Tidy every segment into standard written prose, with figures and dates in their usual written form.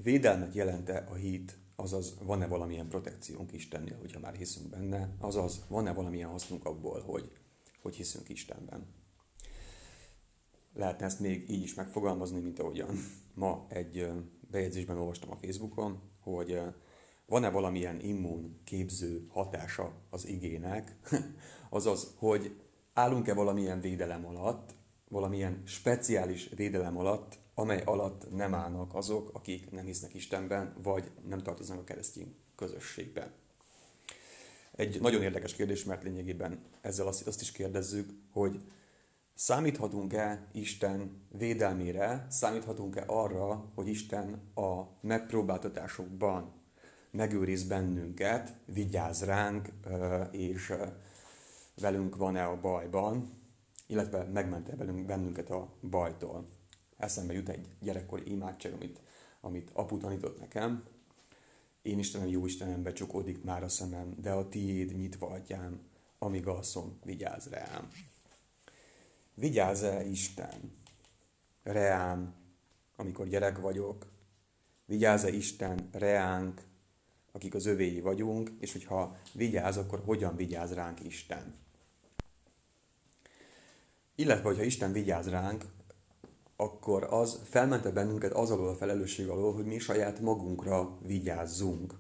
védelmet jelent-e a hit, azaz van-e valamilyen protekciónk Istennél, hogyha már hiszünk benne, azaz van-e valamilyen hasznunk abból, hogy hiszünk Istenben. Lehetne ezt még így is megfogalmazni, mint ahogyan ma egy bejegyzésben olvastam a Facebookon, hogy van-e valamilyen immunképző hatása az igének, azaz, hogy állunk-e valamilyen védelem alatt, valamilyen speciális védelem alatt, amely alatt nem állnak azok, akik nem hisznek Istenben, vagy nem tartoznak a keresztény közösségben. Egy nagyon érdekes kérdés, mert lényegében ezzel azt is kérdezzük, hogy számíthatunk-e Isten védelmére, számíthatunk-e arra, hogy Isten a megpróbáltatásokban megőriz bennünket, vigyáz ránk, és velünk van-e a bajban, illetve megment-e bennünket a bajtól. Eszembe jut egy gyerekkori imádság, amit apu tanított nekem. Én Istenem, jó Istenem, becsukódik már a szemem, de a tiéd nyitva, atyám, amíg alszom, vigyázz rám. Vigyázz-e Isten reám, amikor gyerek vagyok? Vigyázz-e Isten reánk, akik az övéi vagyunk, és hogyha vigyáz, akkor hogyan vigyáz ránk Isten? Illetve, hogyha Isten vigyáz ránk, akkor az felmente bennünket az alól a felelősség alól, hogy mi saját magunkra vigyázzunk.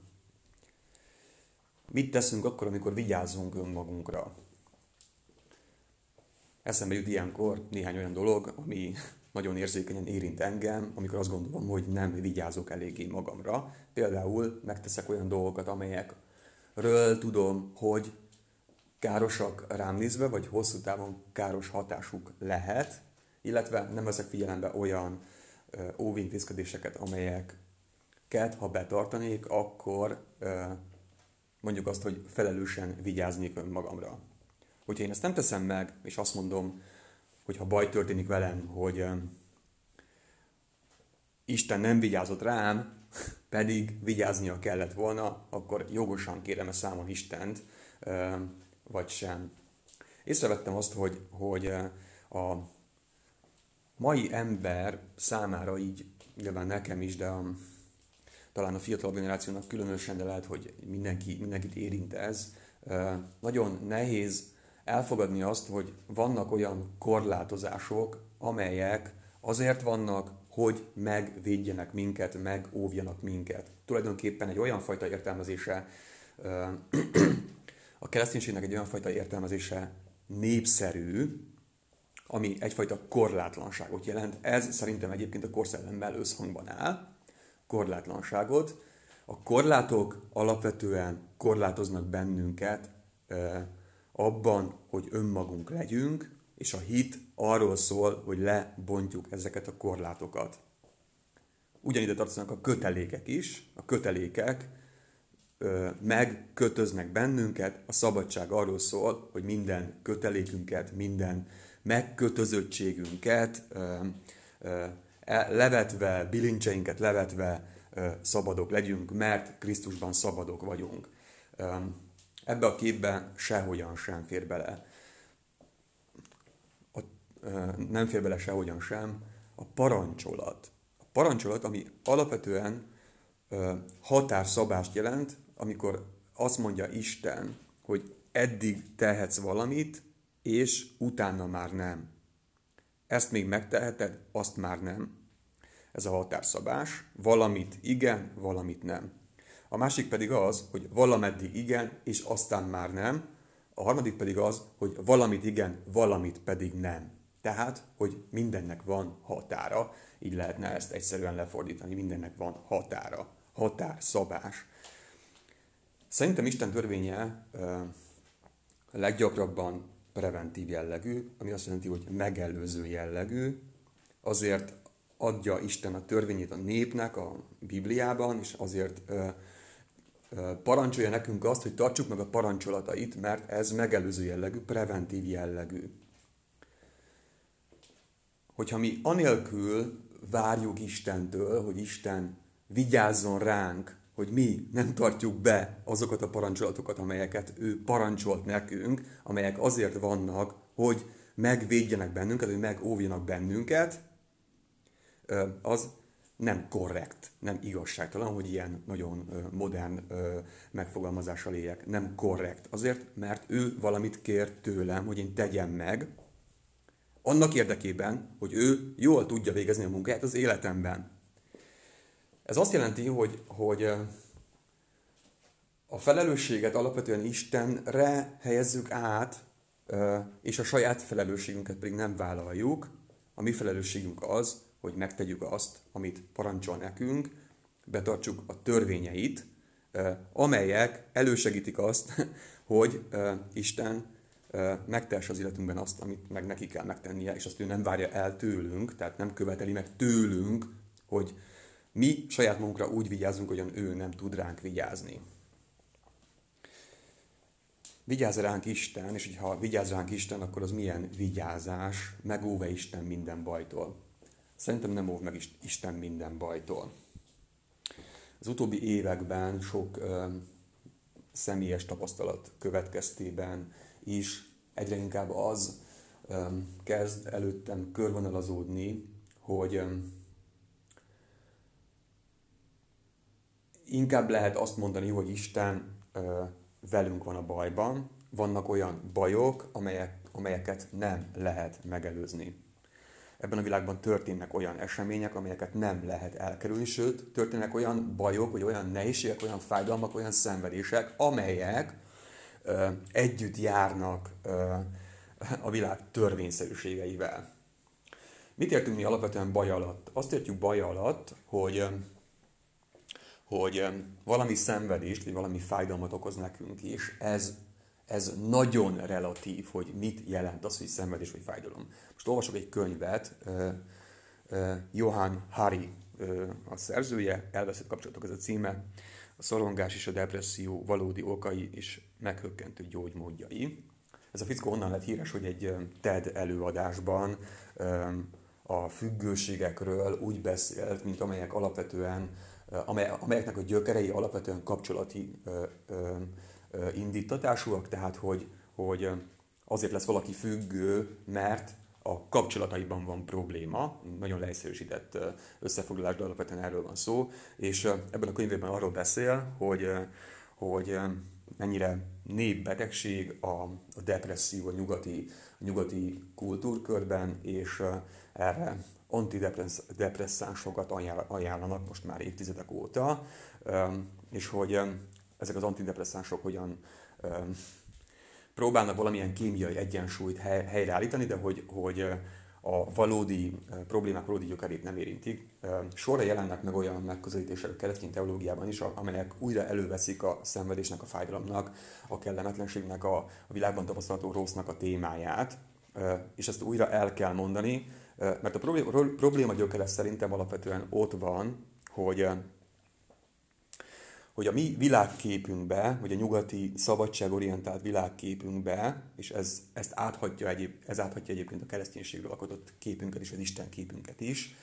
Mit teszünk akkor, amikor vigyázzunk önmagunkra? Eszembe jut ilyenkor néhány olyan dolog, ami nagyon érzékenyen érint engem, amikor azt gondolom, hogy nem vigyázok eléggé magamra. Például megteszek olyan dolgokat, amelyekről tudom, hogy károsak rám nézve, vagy hosszú távon káros hatásuk lehet, illetve nem veszek figyelembe olyan óvintézkedéseket, amelyeket, ha betartanék, akkor mondjuk azt, hogy felelősen vigyáznék önmagamra. Hogyha én ezt nem teszem meg, és azt mondom, hogy ha baj történik velem, hogy Isten nem vigyázott rám, pedig vigyáznia kellett volna, akkor jogosan kérem-e számon Istent, vagy sem. Észrevettem azt, hogy a mai ember számára így, nyilván nekem is, de talán a fiatalabb generációnak különösen, de lehet, hogy mindenkit érint ez, nagyon nehéz elfogadni azt, hogy vannak olyan korlátozások, amelyek azért vannak, hogy megvédjenek minket, megóvjanak minket. Tulajdonképpen egy olyan fajta értelmezése, a kereszténységnek egy olyan fajta értelmezése népszerű, ami egyfajta korlátlanságot jelent. Ez szerintem egyébként a korszellemmel összhangban áll, korlátlanságot. A korlátok alapvetően korlátoznak bennünket abban, hogy önmagunk legyünk, és a hit arról szól, hogy lebontjuk ezeket a korlátokat. Ugyanide tartoznak a kötelékek is. A kötelékek megkötöznek bennünket, a szabadság arról szól, hogy minden kötelékünket, minden megkötözöttségünket levetve, bilincseinket levetve szabadok legyünk, mert Krisztusban szabadok vagyunk. Ebbe a képbe sehogyan sem fér bele. Nem fér bele sehogyan sem a parancsolat. A parancsolat, ami alapvetően határszabást jelent, amikor azt mondja Isten, hogy eddig tehetsz valamit, és utána már nem. Ezt még megteheted, azt már nem. Ez a határszabás. Valamit igen, valamit nem. A másik pedig az, hogy valameddig igen, és aztán már nem. A harmadik pedig az, hogy valamit igen, valamit pedig nem. Tehát, hogy mindennek van határa. Így lehetne ezt egyszerűen lefordítani. Mindennek van határa. Határszabás. Szerintem Isten törvénye leggyakrabban preventív jellegű, ami azt jelenti, hogy megelőző jellegű. Azért adja Isten a törvényét a népnek a Bibliában, és azért parancsolja nekünk azt, hogy tartsuk meg a parancsolatait, mert ez megelőző jellegű, preventív jellegű. Hogyha mi anélkül várjuk Istentől, hogy Isten vigyázzon ránk, hogy mi nem tartjuk be azokat a parancsolatokat, amelyeket ő parancsolt nekünk, amelyek azért vannak, hogy megvédjenek bennünket, hogy megóvjanak bennünket, az nem korrekt, nem igazságtalan, hogy ilyen nagyon modern megfogalmazással éljek. Nem korrekt. Azért, mert ő valamit kér tőlem, hogy én tegyem meg, annak érdekében, hogy ő jól tudja végezni a munkáját az életemben. Ez azt jelenti, hogy a felelősséget alapvetően Istenre helyezzük át, és a saját felelősségünket pedig nem vállaljuk. A mi felelősségünk az, hogy megtegyük azt, amit parancsol nekünk, betartsuk a törvényeit, amelyek elősegítik azt, hogy Isten megtesse az életünkben azt, amit meg neki kell megtennie, és azt ő nem várja el tőlünk, tehát nem követeli meg tőlünk, hogy mi saját magunkra úgy vigyázzunk, hogyan ő nem tud ránk vigyázni. Vigyázz ránk Isten, és ha vigyáz ránk Isten, akkor az milyen vigyázás, megóve Isten minden bajtól. Szerintem nem óv meg Isten minden bajtól. Az utóbbi években sok személyes tapasztalat következtében is egyre inkább az kezd előttem körvonalazódni, hogy inkább lehet azt mondani, hogy Isten velünk van a bajban, vannak olyan bajok, amelyeket nem lehet megelőzni. Ebben a világban történnek olyan események, amelyeket nem lehet elkerülni, sőt, történnek olyan bajok, vagy olyan nehézségek, olyan fájdalmak, olyan szenvedések, amelyek együtt járnak a világ törvényszerűségeivel. Mit értünk mi alapvetően baj alatt? Azt értjük baj alatt, hogy valami szenvedést, vagy valami fájdalmat okoz nekünk, és ez nagyon relatív, hogy mit jelent az, hogy szenvedés vagy fájdalom. Most olvasok egy könyvet, Johann Hari a szerzője, Elveszett kapcsolatok ez a címe, a szorongás és a depresszió valódi okai és meghökkentő gyógymódjai. Ez a fickó onnan lett híres, hogy egy TED előadásban a függőségekről úgy beszélt, mint amelyek alapvetően amelyeknek a gyökerei alapvetően kapcsolati indítatásúak, tehát hogy azért lesz valaki függő, mert a kapcsolataiban van probléma, nagyon leegyszerűsített összefoglalás, de alapvetően erről van szó, és ebben a könyvében arról beszél, hogy mennyire népbetegség a depresszió a nyugati kultúrkörben, és erre antidepresszánsokat ajánlanak most már évtizedek óta, és hogy ezek az antidepresszánsok hogyan próbálnak valamilyen kémiai egyensúlyt helyreállítani, de hogy a valódi problémák valódi gyökerét nem érintik. Sorra jelennek meg olyan megközelítések a keresztény teológiában is, amelyek újra előveszik a szenvedésnek, a fájdalomnak, a kellemetlenségnek, a világban tapasztalható rossznak a témáját, és ezt újra el kell mondani, mert a probléma gyökere szerintem alapvetően ott van, hogy a mi világképünkbe, vagy a nyugati szabadságorientált világképünkbe, és ez áthatja egyébként a kereszténységről alkotott képünket és az Isten képünket is,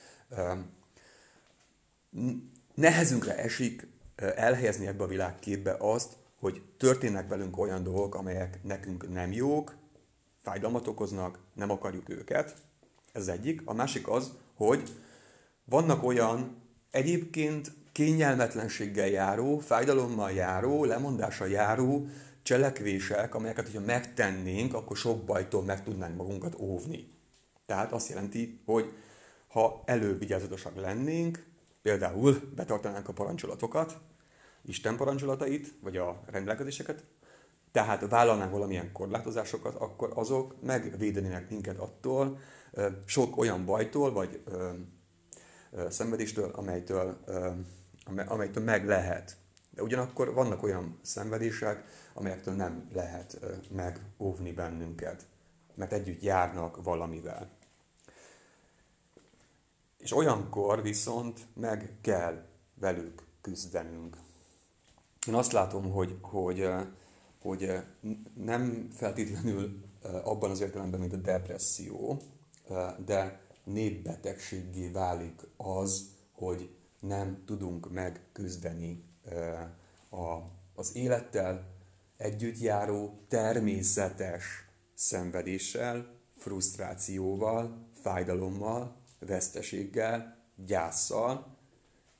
nehezünkre esik elhelyezni ebbe a világképbe azt, hogy történnek velünk olyan dolgok, amelyek nekünk nem jók, fájdalmat okoznak, nem akarjuk őket. Ez egyik. A másik az, hogy vannak olyan egyébként kényelmetlenséggel járó, fájdalommal járó, lemondással járó cselekvések, amelyeket, hogyha megtennénk, akkor sok bajtól meg tudnánk magunkat óvni. Tehát azt jelenti, hogy ha elővigyázatosak lennénk, például betartanánk a parancsolatokat, Isten parancsolatait, vagy a rendelkezéseket, tehát vállalnánk valamilyen korlátozásokat, akkor azok megvédenének minket attól, sok olyan bajtól, vagy szenvedéstől, amelytől meg lehet. De ugyanakkor vannak olyan szenvedések, amelyektől nem lehet megóvni bennünket, mert együtt járnak valamivel. És olyankor viszont meg kell velük küzdenünk. Én azt látom, hogy nem feltétlenül abban az értelemben, mint a depresszió, de népbetegséggé válik az, hogy nem tudunk megküzdeni az élettel együtt járó természetes szenvedéssel, frusztrációval, fájdalommal, veszteséggel, gyásszal,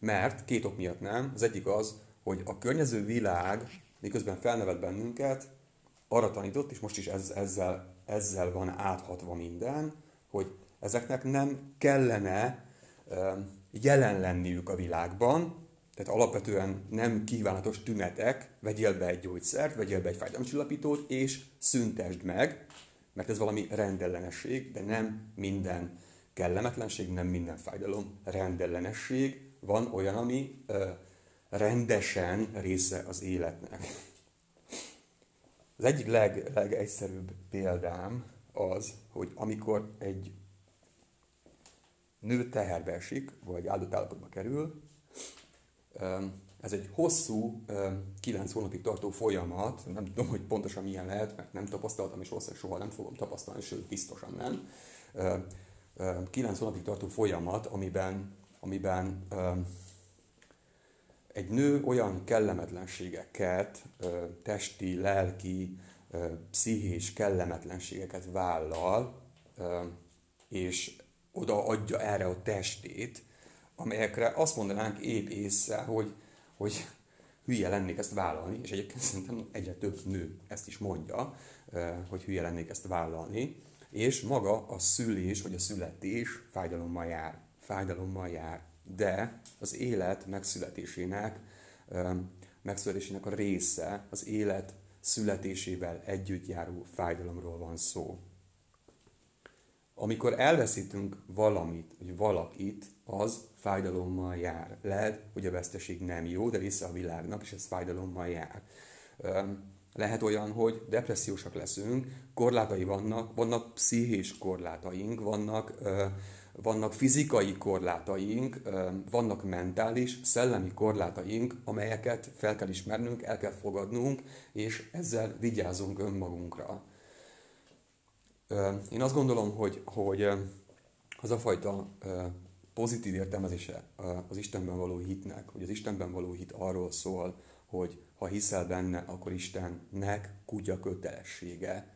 Mert két ok miatt nem. Az egyik az, hogy a környező világ, miközben felnevet bennünket, arra tanított, és most is ezzel van áthatva minden, hogy ezeknek nem kellene jelen lenniük a világban, tehát alapvetően nem kívánatos tünetek, vegyél be egy gyógyszert, vegyél be egy fájdalomcsillapítót, és szüntesd meg, mert ez valami rendellenesség, de nem minden kellemetlenség, nem minden fájdalom rendellenesség. Van olyan, ami rendesen része az életnek. Az egyik legegyszerűbb példám az, hogy amikor egy nő teherbe esik, vagy áldott állapotba kerül, ez egy hosszú, 9 hónapig tartó folyamat, nem tudom, hogy pontosan milyen lehet, mert nem tapasztaltam, és valószínűleg soha nem fogom tapasztalni, sőt, biztosan nem. 9 hónapig tartó folyamat, amiben egy nő olyan kellemetlenségeket, testi, lelki, pszichés kellemetlenségeket vállal, és odaadja erre a testét, amelyekre azt mondanánk épp észre, hogy hülye lennék ezt vállalni, és egyébként szerintem egyre több nő ezt is mondja, hogy hülye lennék ezt vállalni, és maga a szülés vagy a születés fájdalommal jár. De az élet megszületésének a része, az élet születésével együtt járó fájdalomról van szó. Amikor elveszítünk valamit, vagy valakit, az fájdalommal jár. Lehet, hogy a veszteség nem jó, de része a világnak, és ez fájdalommal jár. Lehet olyan, hogy depressziósak leszünk, korlátai vannak pszichés korlátaink, vannak fizikai korlátaink, vannak mentális, szellemi korlátaink, amelyeket fel kell ismernünk, el kell fogadnunk, és ezzel vigyázzunk önmagunkra. Én azt gondolom, hogy az a fajta pozitív értelmezése az Istenben való hitnek, hogy az Istenben való hit arról szól, hogy ha hiszel benne, akkor Istennek kutya kötelessége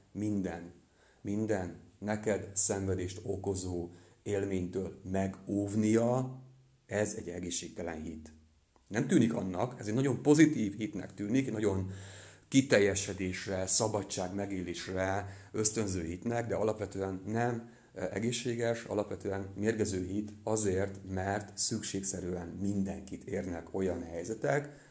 minden neked szenvedést okozó élménytől megóvnia, ez egy egészségtelen hit. Nem tűnik annak, ez egy nagyon pozitív hitnek tűnik, egy nagyon kiteljesedésre, szabadság megélésre ösztönző hitnek, de alapvetően nem egészséges, alapvetően mérgező hit azért, mert szükségszerűen mindenkit érnek olyan helyzetek,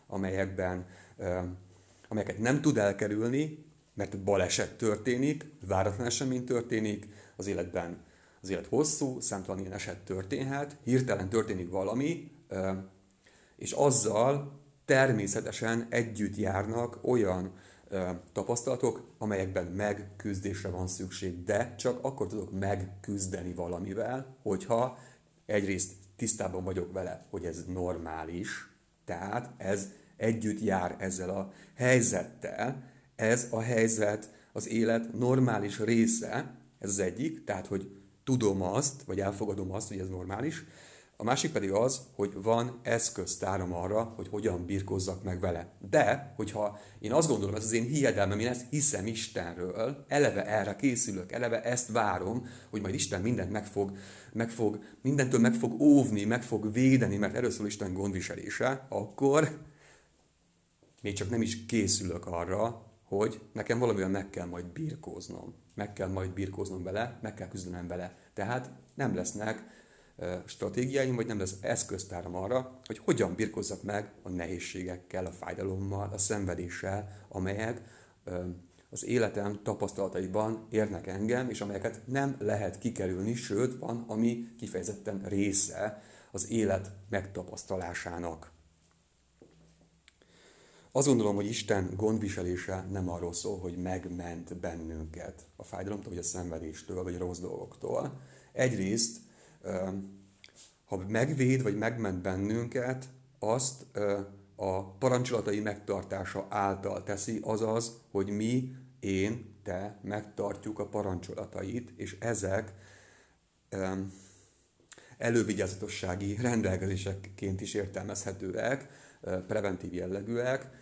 amelyeket nem tud elkerülni, mert baleset történik, váratlan esemény történik az életben. Az élet hosszú, számtalan ilyen eset történhet, hirtelen történik valami, és azzal természetesen együtt járnak olyan tapasztalatok, amelyekben megküzdésre van szükség, de csak akkor tudok megküzdeni valamivel, hogyha egyrészt tisztában vagyok vele, hogy ez normális, tehát ez együtt jár ezzel a helyzettel, ez a helyzet az élet normális része, ez az egyik, tehát hogy tudom azt, vagy elfogadom azt, hogy ez normális. A másik pedig az, hogy van eszköztáram arra, hogy hogyan birkózzak meg vele. De, hogyha én azt gondolom, ez az én hiedelmem, én ezt hiszem Istenről, eleve erre készülök, eleve ezt várom, hogy majd Isten mindent mindentől meg fog óvni, meg fog védeni, mert erről szól Isten gondviselése, akkor még csak nem is készülök arra, hogy nekem valamivel meg kell majd birkóznom. Meg kell majd birkóznom vele, meg kell küzdenem vele. Tehát nem lesznek stratégiáim, vagy nem lesz eszköztáram arra, hogy hogyan birkózzak meg a nehézségekkel, a fájdalommal, a szenvedéssel, amelyek az életem tapasztalataiban érnek engem, és amelyeket nem lehet kikerülni, sőt, van, ami kifejezetten része az élet megtapasztalásának. Azt gondolom, hogy Isten gondviselése nem arról szól, hogy megment bennünket a fájdalomtól, vagy a szenvedéstől, vagy a rossz dolgoktól. Egyrészt, ha megvéd, vagy megment bennünket, azt a parancsolatai megtartása által teszi, azaz, hogy mi, én, te megtartjuk a parancsolatait, és ezek elővigyázatossági rendelkezéseként is értelmezhetőek, preventív jellegűek,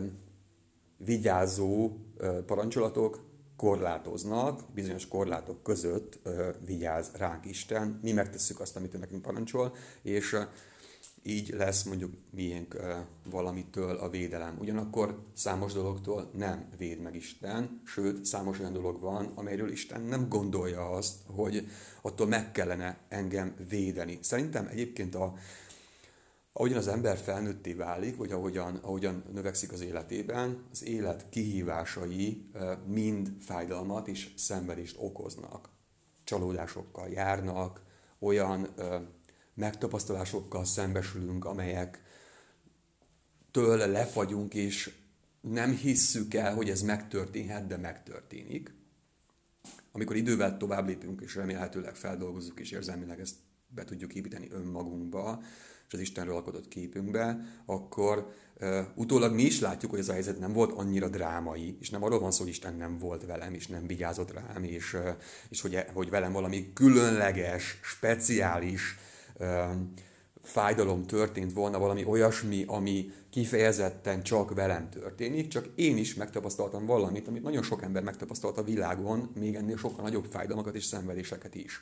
vigyázó parancsolatok korlátoznak, bizonyos korlátok között vigyáz ránk Isten, mi megtesszük azt, amit ő nekünk parancsol, és így lesz mondjuk miénk valamitől a védelem. Ugyanakkor számos dologtól nem véd meg Isten, sőt, számos olyan dolog van, amelyről Isten nem gondolja azt, hogy attól meg kellene engem védeni. Szerintem egyébként ahogyan az ember felnőtté válik, vagy ahogyan növekszik az életében, az élet kihívásai mind fájdalmat és szenvedést okoznak. Csalódásokkal járnak, olyan megtapasztalásokkal szembesülünk, amelyektől lefagyunk, és nem hisszük el, hogy ez megtörténhet, de megtörténik. Amikor idővel tovább lépünk, és remélhetőleg feldolgozzuk, és érzelmileg ezt be tudjuk építeni önmagunkba, és az Istenről alkotott képünkbe, akkor utólag mi is látjuk, hogy ez a helyzet nem volt annyira drámai, és nem arról van szó, hogy Isten nem volt velem, és nem vigyázott rám, és hogy velem valami különleges, speciális fájdalom történt volna, valami olyasmi, ami kifejezetten csak velem történik, csak én is megtapasztaltam valamit, amit nagyon sok ember megtapasztalt a világon, még ennél sokkal nagyobb fájdalmakat és szenvedéseket is.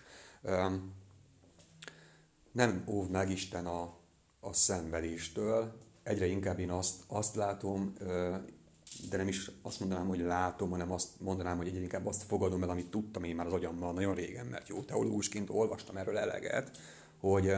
Nem óv meg Isten a szenvedéstől, egyre inkább én azt látom, de nem is azt mondanám, hogy látom, hanem azt mondanám, hogy egyre inkább azt fogadom el, amit tudtam én már az agyammal nagyon régen, mert jó teológusként olvastam erről eleget, hogy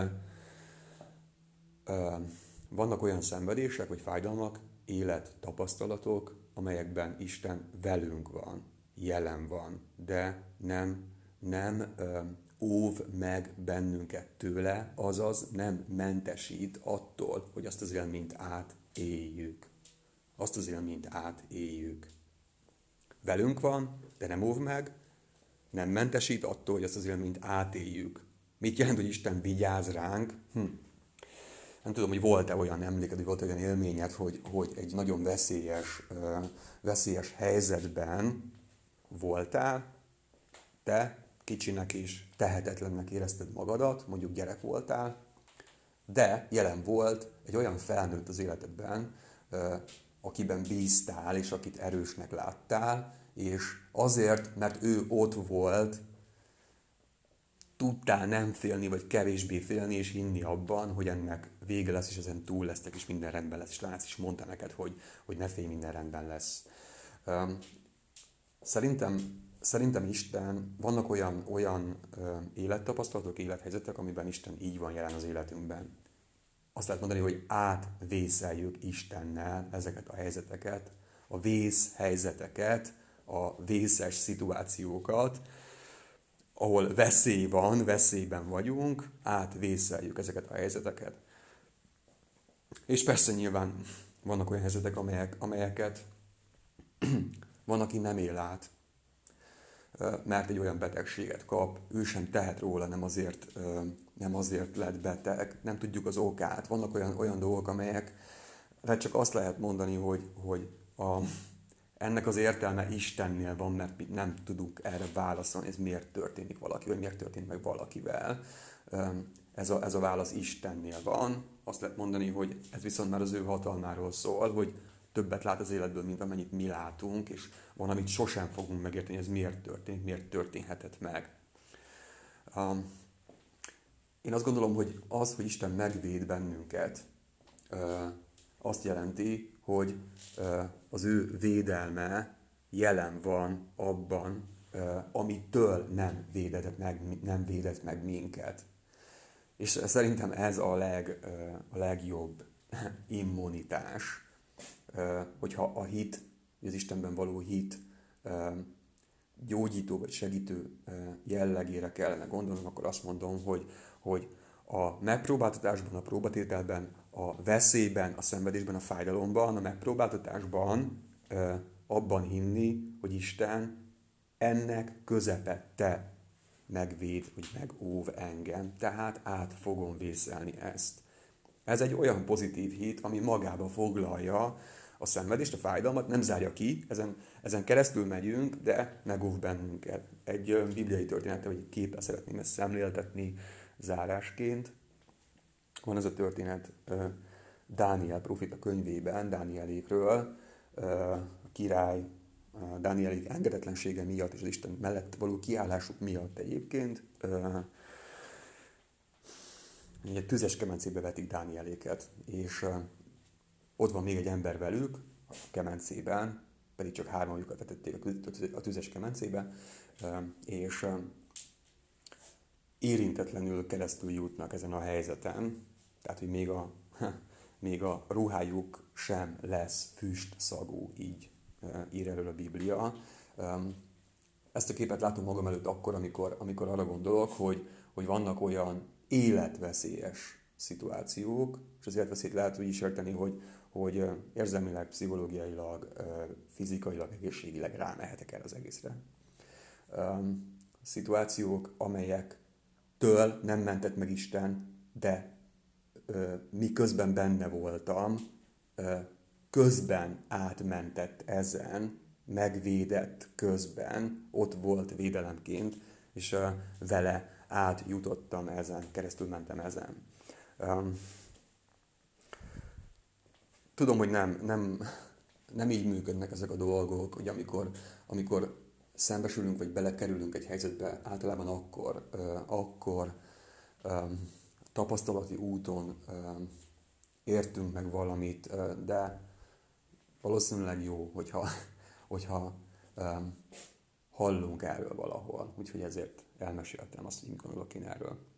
vannak olyan szenvedések, vagy fájdalmak, élettapasztalatok, amelyekben Isten velünk van, jelen van, de nem óv meg bennünket tőle, azaz nem mentesít attól, hogy azt az élményt átéljük. Azt az élményt átéljük. Velünk van, de nem óv meg, nem mentesít attól, hogy azt az élményt átéljük. Mit jelent, hogy Isten vigyáz ránk? Nem tudom, hogy volt-e olyan emléked, hogy volt olyan élményed, hogy egy nagyon veszélyes helyzetben voltál, te kicsinek és tehetetlennek érezted magadat, mondjuk gyerek voltál, de jelen volt egy olyan felnőtt az életedben, akiben bíztál, és akit erősnek láttál, és azért, mert ő ott volt, tudtál nem félni, vagy kevésbé félni, és hinni abban, hogy ennek vége lesz, és ezen túl lesztek, és minden rendben lesz, és Lánc is mondta neked, hogy ne félj, minden rendben lesz. Szerintem Isten, vannak olyan élettapasztalatok, élethelyzetek, amiben Isten így van jelen az életünkben. Azt lehet mondani, hogy átvészeljük Istennel ezeket a helyzeteket, a vészhelyzeteket, a vészes szituációkat, ahol veszély van, veszélyben vagyunk, átvészeljük ezeket a helyzeteket. És persze nyilván vannak olyan helyzetek, amelyeket van, aki nem él át, mert egy olyan betegséget kap, ő sem tehet róla, nem azért lett beteg, nem tudjuk az okát. Vannak olyan dolgok, amelyekre csak azt lehet mondani, hogy ennek az értelme Istennél van, mert mi nem tudunk erre válaszolni, ez miért történik valaki, vagy miért történik meg valakivel. Ez a válasz Istennél van. Azt lehet mondani, hogy ez viszont már az ő hatalmáról szól, hogy többet lát az életből, mint amennyit mi látunk, és van, amit sosem fogunk megérteni, hogy ez miért történik, miért történhetett meg. Én azt gondolom, hogy az, hogy Isten megvéd bennünket, azt jelenti, hogy az ő védelme jelen van abban, amitől nem védett meg minket. És szerintem ez a legjobb immunitás, hogyha a hit, az Istenben való hit gyógyító vagy segítő jellegére kellene gondolnom, akkor azt mondom, hogy a megpróbáltatásban, a próbatételben, a veszélyben, a szenvedésben, a fájdalomban, a megpróbáltatásban abban hinni, hogy Isten ennek közepette megvéd, hogy megóv engem, tehát át fogom vészelni ezt. Ez egy olyan pozitív hit, ami magába foglalja a szenvedést, a fájdalmat, nem zárja ki, ezen keresztül megyünk, de megóv bennünket. Egy bibliai történetet, vagy egy képpel szeretném ezt szemléltetni zárásként. Van ez a történet Dániel próféta könyvében, Dánielékről, a király Dánielék engedetlensége miatt, és az Isten mellett való kiállásuk miatt egyébként egy tüzes kemencébe vetik Dánieléket, és ott van még egy ember velük a kemencében, pedig csak hármajukat vetették a tüzes kemencébe, és érintetlenül keresztül jutnak ezen a helyzeten, tehát hogy még a ruhájuk sem lesz füstszagú, így ír erről a Biblia. Ezt a képet látom magam előtt akkor, amikor arra gondolok, hogy vannak olyan életveszélyes szituációk, és az életveszélyt lehet úgy is érteni, hogy érzelmileg, pszichológiailag, fizikailag, egészségileg rámehetek el az egészre. Szituációk, amelyektől nem mentett meg Isten, de miközben benne voltam, közben átmentett ezen, megvédett közben, ott volt védelemként, és vele átjutottam ezen, keresztül mentem ezen. Tudom, hogy nem így működnek ezek a dolgok, hogy amikor szembesülünk, vagy belekerülünk egy helyzetbe, általában akkor tapasztalati úton értünk meg valamit, de valószínűleg jó, hogyha hallunk erről valahol. Úgyhogy ezért elmeséltem azt, hogy mit gondolok én erről.